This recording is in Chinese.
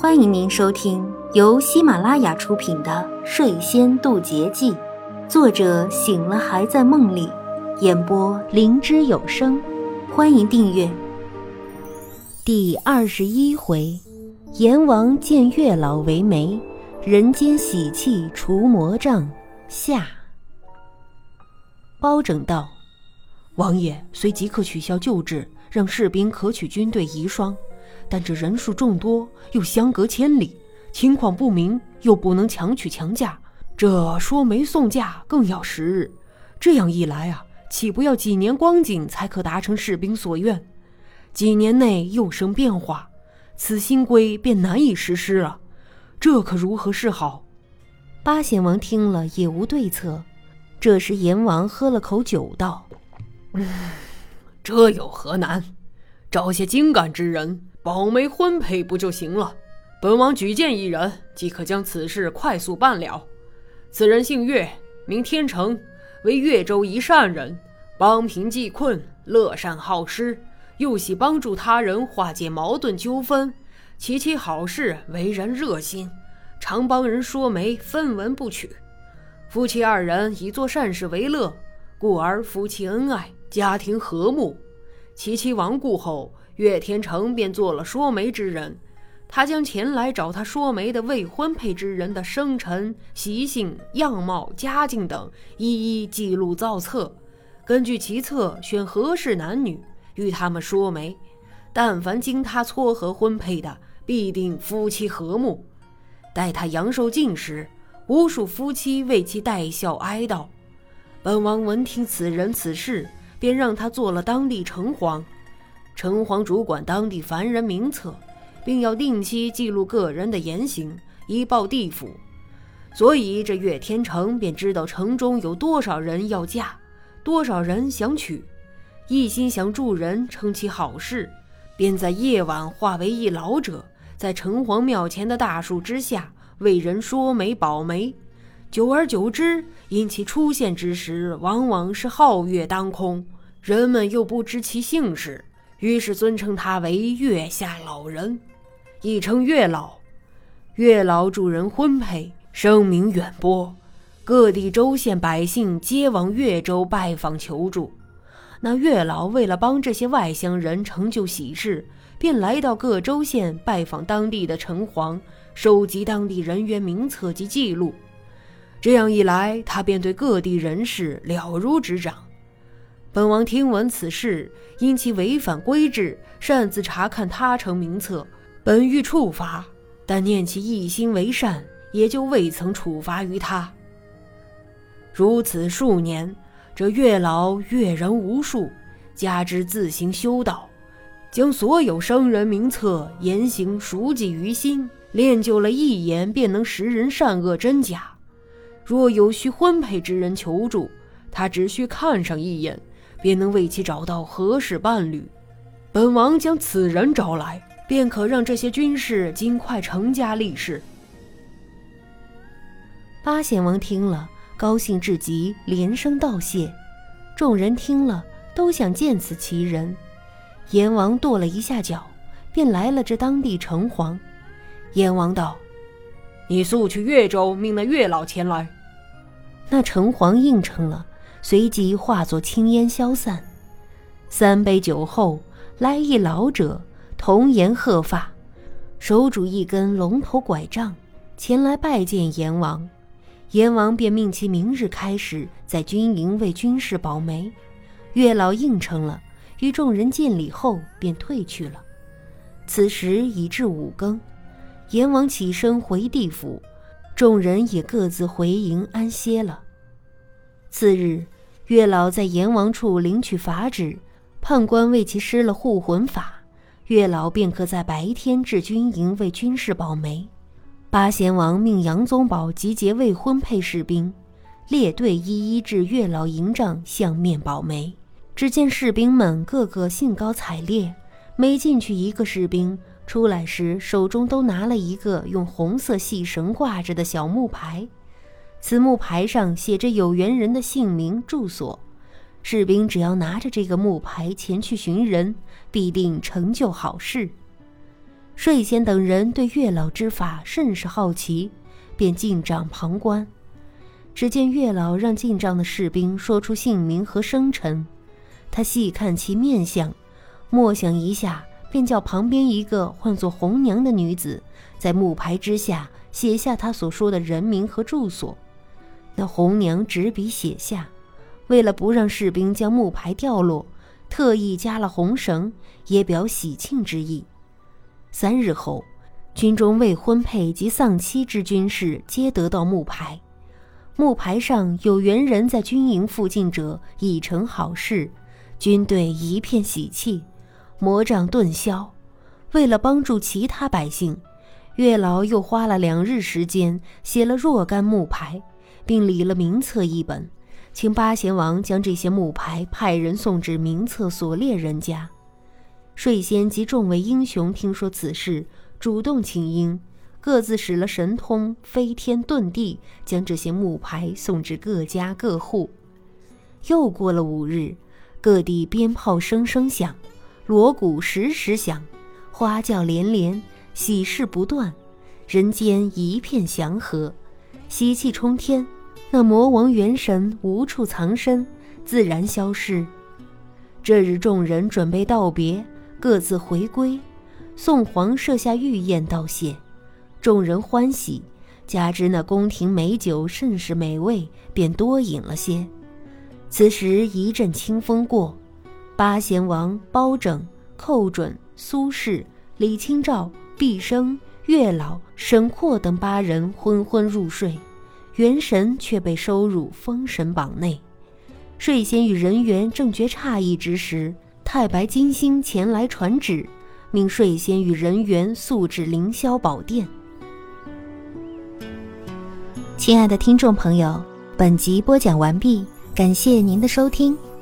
欢迎您收听由喜马拉雅出品的《睡仙渡劫记》，作者醒了还在梦里，演播灵芝有声。欢迎订阅。第21回，阎王见月老为媒，人间喜气除魔障下。包拯道：王爷虽即刻取消旧制，让士兵可取军队遗孀，但这人数众多，又相隔千里，情况不明，又不能强娶强嫁，这说媒送嫁更要时日。这样一来啊，岂不要几年光景才可达成士兵所愿？几年内又生变化，此新规便难以实施了，这可如何是好？八贤王听了也无对策。这时阎王喝了口酒道： 这有何难？找些精干之人保媒婚配不就行了？本王举荐一人，即可将此事快速办了。此人姓岳，名天成，为越州一善人，帮贫济困，乐善好施，又喜帮助他人化解矛盾纠纷，其好事为人热心，常帮人说媒，分文不取。夫妻二人以做善事为乐，故而夫妻恩爱，家庭和睦。其妻亡故后，岳天成便做了说媒之人。他将前来找他说媒的未婚配之人的生辰、习性、样貌、家境等一一记录造册，根据其册选合适男女与他们说媒。但凡经他撮合婚配的，必定夫妻和睦。待他阳寿尽时，无数夫妻为其戴孝哀悼。本王闻听此人此事，便让他做了当地城隍。城隍主管当地凡人名册，并要定期记录个人的言行，以报地府。所以这岳天成便知道城中有多少人要嫁，多少人想娶，一心想助人成其好事，便在夜晚化为一老者，在城隍庙前的大树之下为人说媒保媒。久而久之，因其出现之时往往是皓月当空，人们又不知其姓氏，于是尊称他为月下老人，亦称月老。月老助人婚配，声名远播，各地州县百姓皆往越州拜访求助。那月老为了帮这些外乡人成就喜事，便来到各州县拜访当地的城隍，收集当地人员名册及记录。这样一来，他便对各地人士了如指掌。本王听闻此事，因其违反规制，擅自查看他城名册，本欲处罚，但念其一心为善，也就未曾处罚于他。如此数年，这月老阅人无数，加之自行修道，将所有生人名册言行熟记于心，练就了一眼便能识人善恶真假。若有需婚配之人求助，他只需看上一眼，便能为其找到合适伴侣。本王将此人找来，便可让这些军士尽快成家立室。 八贤王听了，高兴至极，连声道谢。众人听了，都想见此奇人。阎王跺了一下脚，便来了这当地城隍。阎王道： 你速去越州，命那月老前来。 那城隍应承了，随即化作青烟消散。3杯酒后，来一老者，童颜鹤发，手拄一根龙头拐杖，前来拜见阎王。阎王便命其明日开始在军营为军士保媒。月老应承了，与众人见礼后便退去了。此时已至5更，阎王起身回地府，众人也各自回营安歇了。次日，月老在阎王处领取法旨，判官为其施了护魂法，月老便可在白天至军营为军士保媒。八贤王命杨宗保集结未婚配士兵，列队一一至月老营帐相面保媒。只见士兵们个个兴高采烈，每进去一个士兵，出来时手中都拿了一个用红色细绳挂着的小木牌，此木牌上写着有缘人的姓名住所，士兵只要拿着这个木牌前去寻人，必定成就好事。 睡仙等人对月老之法甚是好奇，便进帐旁观。只见月老让进帐的士兵说出姓名和生辰，他细看其面相，默想一下，便叫旁边一个唤作红娘的女子在木牌之下写下他所说的人名和住所。那红娘执笔写下，为了不让士兵将木牌掉落，特意加了红绳，也表喜庆之意。3日后，军中未婚配及丧妻之军士皆得到木牌，木牌上有缘人在军营附近者已成好事，军队一片喜气，魔障顿消。为了帮助其他百姓，月老又花了2日时间写了若干木牌，并理了名册一本，请八贤王将这些木牌派人送至名册所列人家。睡仙及众位英雄听说此事，主动请缨，各自使了神通，飞天遁地，将这些木牌送至各家各户。又过了5日，各地鞭炮声声响，锣鼓时时响，花轿连连，喜事不断，人间一片祥和，喜气冲天。那魔王元神无处藏身，自然消失。这日众人准备道别，各自回归。宋皇设下御宴道谢，众人欢喜，加之那宫廷美酒甚是美味，便多饮了些。此时一阵清风过，八贤王、包拯、寇准、苏轼、李清照、毕生、月老、沈括等8人昏昏入睡，元神却被收入封神榜内。睡仙与人猿正觉诧异之时，太白金星前来传旨，命睡仙与人猿速至凌霄宝殿。亲爱的听众朋友，本集播讲完毕，感谢您的收听。